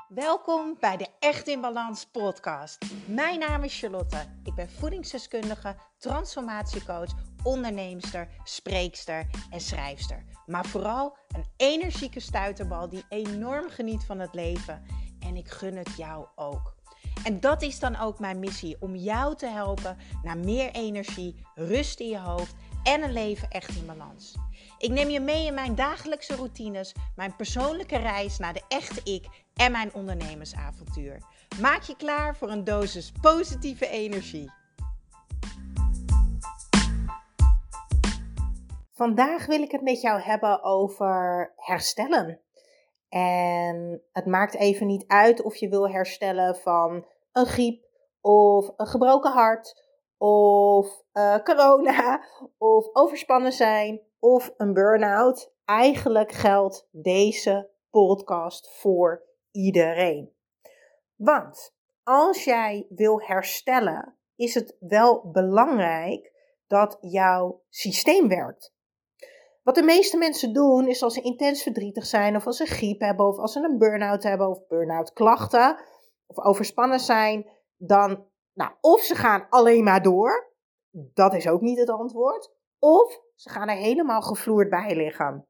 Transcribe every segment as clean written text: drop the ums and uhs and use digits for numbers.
Welkom bij de Echt in Balans podcast. Mijn naam is Charlotte. Ik ben voedingsdeskundige, transformatiecoach, onderneemster, spreekster en schrijfster. Maar vooral een energieke stuiterbal die enorm geniet van het leven. En ik gun het jou ook. En dat is dan ook mijn missie, om jou te helpen naar meer energie, rust in je hoofd en een leven echt in balans. Ik neem je mee in mijn dagelijkse routines, mijn persoonlijke reis naar de echte ik en mijn ondernemersavontuur. Maak je klaar voor een dosis positieve energie. Vandaag wil ik het met jou hebben over herstellen. En het maakt even niet uit of je wil herstellen van een griep of een gebroken hart of corona of overspannen zijn of een burn-out. Eigenlijk geldt deze podcast voor iedereen. Want als jij wil herstellen, is het wel belangrijk dat jouw systeem werkt. Wat de meeste mensen doen, is als ze intens verdrietig zijn, of als ze griep hebben, of als ze een burn-out hebben, of burn-out klachten, of overspannen zijn, dan, of ze gaan alleen maar door, dat is ook niet het antwoord, of ze gaan er helemaal gevloerd bij liggen.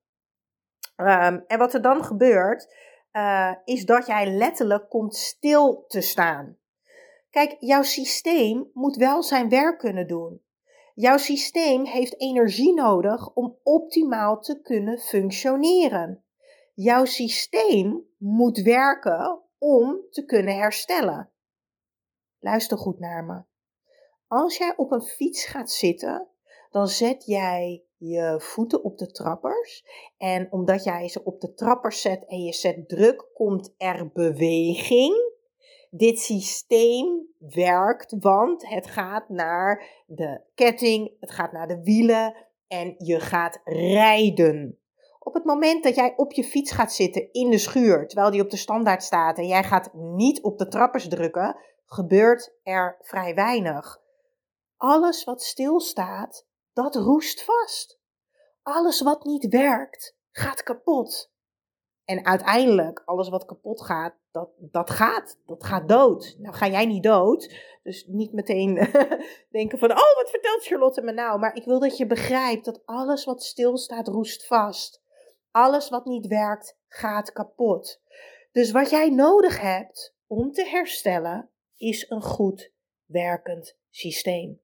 En wat er dan gebeurt, is dat jij letterlijk komt stil te staan. Kijk, jouw systeem moet wel zijn werk kunnen doen. Jouw systeem heeft energie nodig om optimaal te kunnen functioneren. Jouw systeem moet werken om te kunnen herstellen. Luister goed naar me. Als jij op een fiets gaat zitten, dan zet jij je voeten op de trappers. En omdat jij ze op de trappers zet en je zet druk, komt er beweging. Dit systeem werkt, want het gaat naar de ketting, het gaat naar de wielen en je gaat rijden. Op het moment dat jij op je fiets gaat zitten in de schuur, terwijl die op de standaard staat en jij gaat niet op de trappers drukken, gebeurt er vrij weinig. Alles wat stilstaat, dat roest vast. Alles wat niet werkt, gaat kapot. En uiteindelijk, alles wat kapot gaat, dat gaat dood. Nou ga jij niet dood, dus niet meteen denken van, oh wat vertelt Charlotte me nou? Maar ik wil dat je begrijpt dat alles wat stilstaat, roest vast. Alles wat niet werkt, gaat kapot. Dus wat jij nodig hebt om te herstellen, is een goed werkend systeem.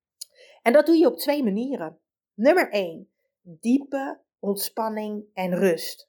En dat doe je op 2 manieren. Nummer 1, diepe ontspanning en rust.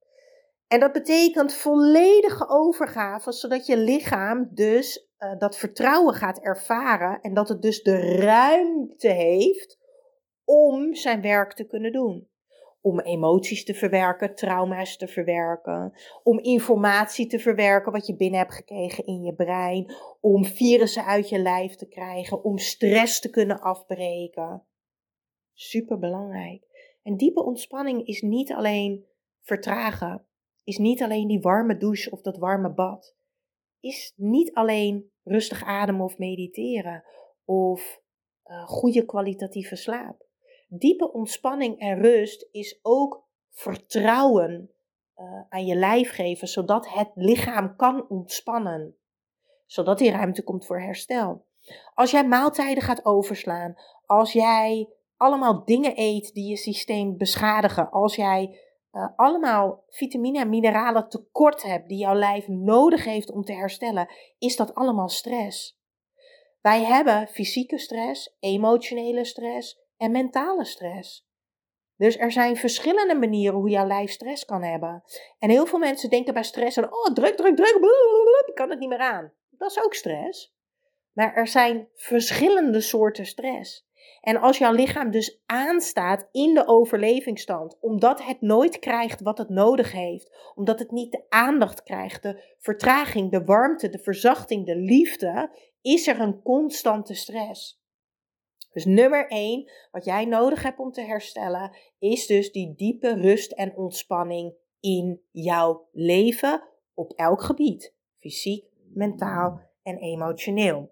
En dat betekent volledige overgave, zodat je lichaam dus dat vertrouwen gaat ervaren en dat het dus de ruimte heeft om zijn werk te kunnen doen. Om emoties te verwerken, trauma's te verwerken, om informatie te verwerken wat je binnen hebt gekregen in je brein, om virussen uit je lijf te krijgen, om stress te kunnen afbreken. Superbelangrijk. En diepe ontspanning is niet alleen vertragen. Is niet alleen die warme douche of dat warme bad. Is niet alleen rustig ademen of mediteren. Of goede kwalitatieve slaap. Diepe ontspanning en rust is ook vertrouwen aan je lijf geven. Zodat het lichaam kan ontspannen. Zodat die ruimte komt voor herstel. Als jij maaltijden gaat overslaan. Als jij allemaal dingen eet die je systeem beschadigen. Als jij allemaal vitamine en mineralen tekort hebt die jouw lijf nodig heeft om te herstellen, is dat allemaal stress. Wij hebben fysieke stress, emotionele stress en mentale stress. Dus er zijn verschillende manieren hoe jouw lijf stress kan hebben. En heel veel mensen denken bij stress, druk, ik kan het niet meer aan. Dat is ook stress. Maar er zijn verschillende soorten stress. En als jouw lichaam dus aanstaat in de overlevingsstand, omdat het nooit krijgt wat het nodig heeft, omdat het niet de aandacht krijgt, de vertraging, de warmte, de verzachting, de liefde, is er een constante stress. Dus nummer 1, wat jij nodig hebt om te herstellen, is dus die diepe rust en ontspanning in jouw leven op elk gebied. Fysiek, mentaal en emotioneel.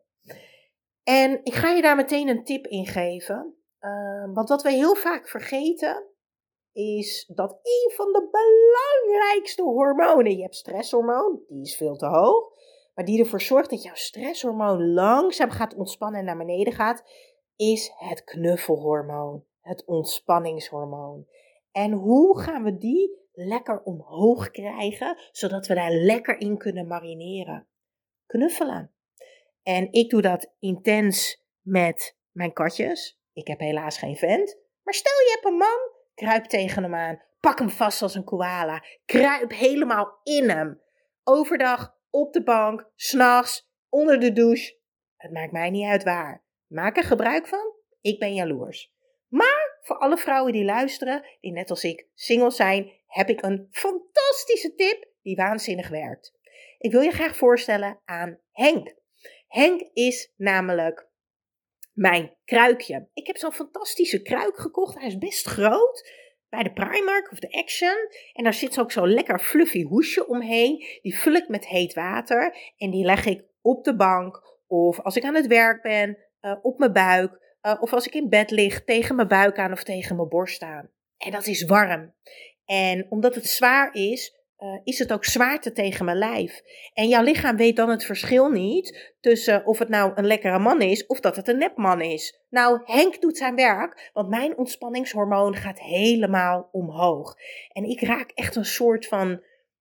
En ik ga je daar meteen een tip in geven. Want wat we heel vaak vergeten is dat een van de belangrijkste hormonen, je hebt stresshormoon, die is veel te hoog, maar die ervoor zorgt dat jouw stresshormoon langzaam gaat ontspannen en naar beneden gaat, is het knuffelhormoon, het ontspanningshormoon. En hoe gaan we die lekker omhoog krijgen, zodat we daar lekker in kunnen marineren? Knuffelen. En ik doe dat intens met mijn katjes. Ik heb helaas geen vent. Maar stel je hebt een man, kruip tegen hem aan. Pak hem vast als een koala. Kruip helemaal in hem. Overdag, op de bank, 's nachts, onder de douche. Het maakt mij niet uit waar. Maak er gebruik van. Ik ben jaloers. Maar voor alle vrouwen die luisteren, die net als ik single zijn, heb ik een fantastische tip die waanzinnig werkt. Ik wil je graag voorstellen aan Henk. Henk is namelijk mijn kruikje. Ik heb zo'n fantastische kruik gekocht. Hij is best groot. Bij de Primark of de Action. En daar zit ook zo'n lekker fluffy hoesje omheen. Die vul ik met heet water. En die leg ik op de bank. Of als ik aan het werk ben, op mijn buik. Of als ik in bed lig, tegen mijn buik aan of tegen mijn borst aan. En dat is warm. En omdat het zwaar is het ook zwaarte tegen mijn lijf. En jouw lichaam weet dan het verschil niet tussen of het nou een lekkere man is of dat het een nepman is. Nou, Henk doet zijn werk, want mijn ontspanningshormoon gaat helemaal omhoog. En ik raak echt een soort van,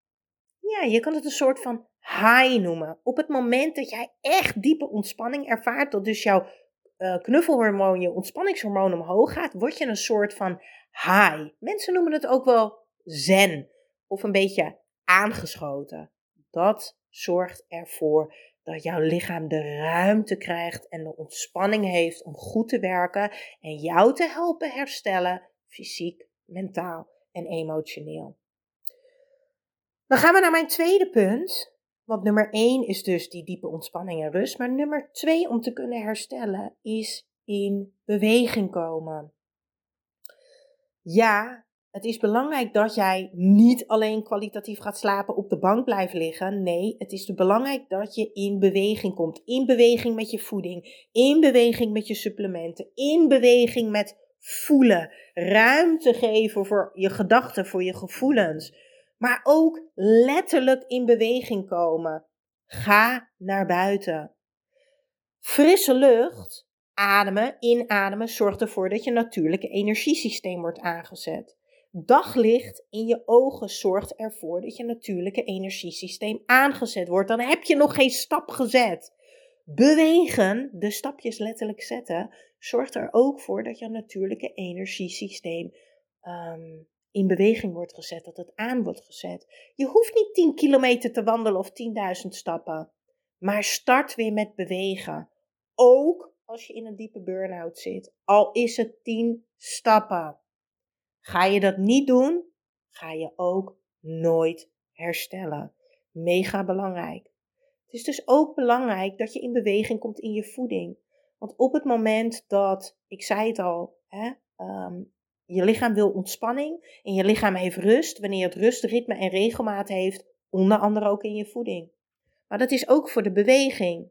ja, je kan het een soort van high noemen. Op het moment dat jij echt diepe ontspanning ervaart, dat dus jouw knuffelhormoon, je ontspanningshormoon omhoog gaat, word je een soort van high. Mensen noemen het ook wel zen. Of een beetje aangeschoten. Dat zorgt ervoor dat jouw lichaam de ruimte krijgt en de ontspanning heeft om goed te werken en jou te helpen herstellen, fysiek, mentaal en emotioneel. Dan gaan we naar mijn tweede punt. Want nummer 1 is dus die diepe ontspanning en rust. Maar nummer 2 om te kunnen herstellen is in beweging komen. Ja, het is belangrijk dat jij niet alleen kwalitatief gaat slapen, op de bank blijft liggen. Nee, het is belangrijk dat je in beweging komt. In beweging met je voeding, in beweging met je supplementen, in beweging met voelen. Ruimte geven voor je gedachten, voor je gevoelens. Maar ook letterlijk in beweging komen. Ga naar buiten. Frisse lucht, ademen, inademen, zorgt ervoor dat je natuurlijke energiesysteem wordt aangezet. Daglicht in je ogen zorgt ervoor dat je natuurlijke energiesysteem aangezet wordt. Dan heb je nog geen stap gezet. Bewegen, de stapjes letterlijk zetten, zorgt er ook voor dat je natuurlijke energiesysteem in beweging wordt gezet, dat het aan wordt gezet. Je hoeft niet 10 kilometer te wandelen of 10.000 stappen, maar start weer met bewegen. Ook als je in een diepe burn-out zit, al is het 10 stappen. Ga je dat niet doen, ga je ook nooit herstellen. Mega belangrijk. Het is dus ook belangrijk dat je in beweging komt in je voeding. Want op het moment dat, ik zei het al, je lichaam wil ontspanning en je lichaam heeft rust, wanneer het rust, ritme en regelmaat heeft, onder andere ook in je voeding. Maar dat is ook voor de beweging.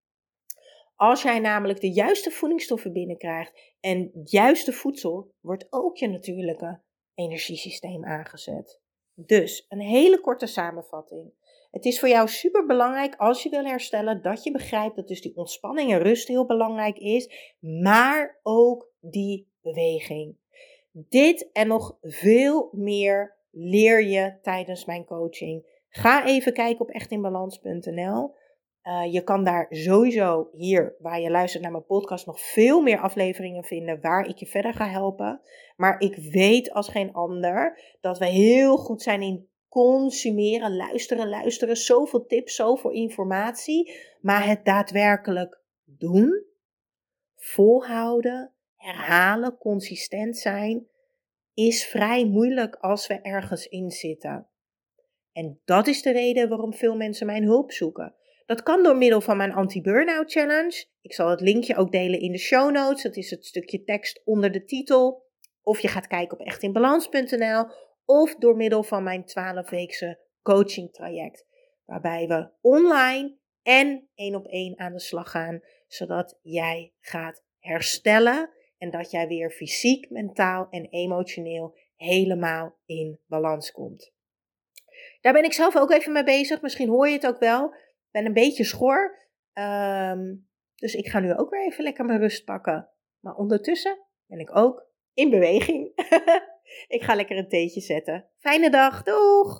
Als jij namelijk de juiste voedingsstoffen binnenkrijgt en het juiste voedsel, wordt ook je natuurlijke energiesysteem aangezet. Dus een hele korte samenvatting. Het is voor jou super belangrijk als je wil herstellen dat je begrijpt dat dus die ontspanning en rust heel belangrijk is, maar ook die beweging. Dit en nog veel meer leer je tijdens mijn coaching. Ga even kijken op echtinbalans.nl. Je kan daar sowieso hier, waar je luistert naar mijn podcast, nog veel meer afleveringen vinden waar ik je verder ga helpen. Maar ik weet als geen ander dat we heel goed zijn in consumeren, luisteren, zoveel tips, zoveel informatie. Maar het daadwerkelijk doen, volhouden, herhalen, consistent zijn, is vrij moeilijk als we ergens in zitten. En dat is de reden waarom veel mensen mijn hulp zoeken. Dat kan door middel van mijn anti-burnout challenge. Ik zal het linkje ook delen in de show notes. Dat is het stukje tekst onder de titel. Of je gaat kijken op echtinbalans.nl. Of door middel van mijn 12-weekse coaching traject. Waarbij we online en 1-op-1 aan de slag gaan. Zodat jij gaat herstellen. En dat jij weer fysiek, mentaal en emotioneel helemaal in balans komt. Daar ben ik zelf ook even mee bezig. Misschien hoor je het ook wel. Ik ben een beetje schor. Dus ik ga nu ook weer even lekker mijn rust pakken. Maar ondertussen ben ik ook in beweging. Ik ga lekker een theetje zetten. Fijne dag. Doeg!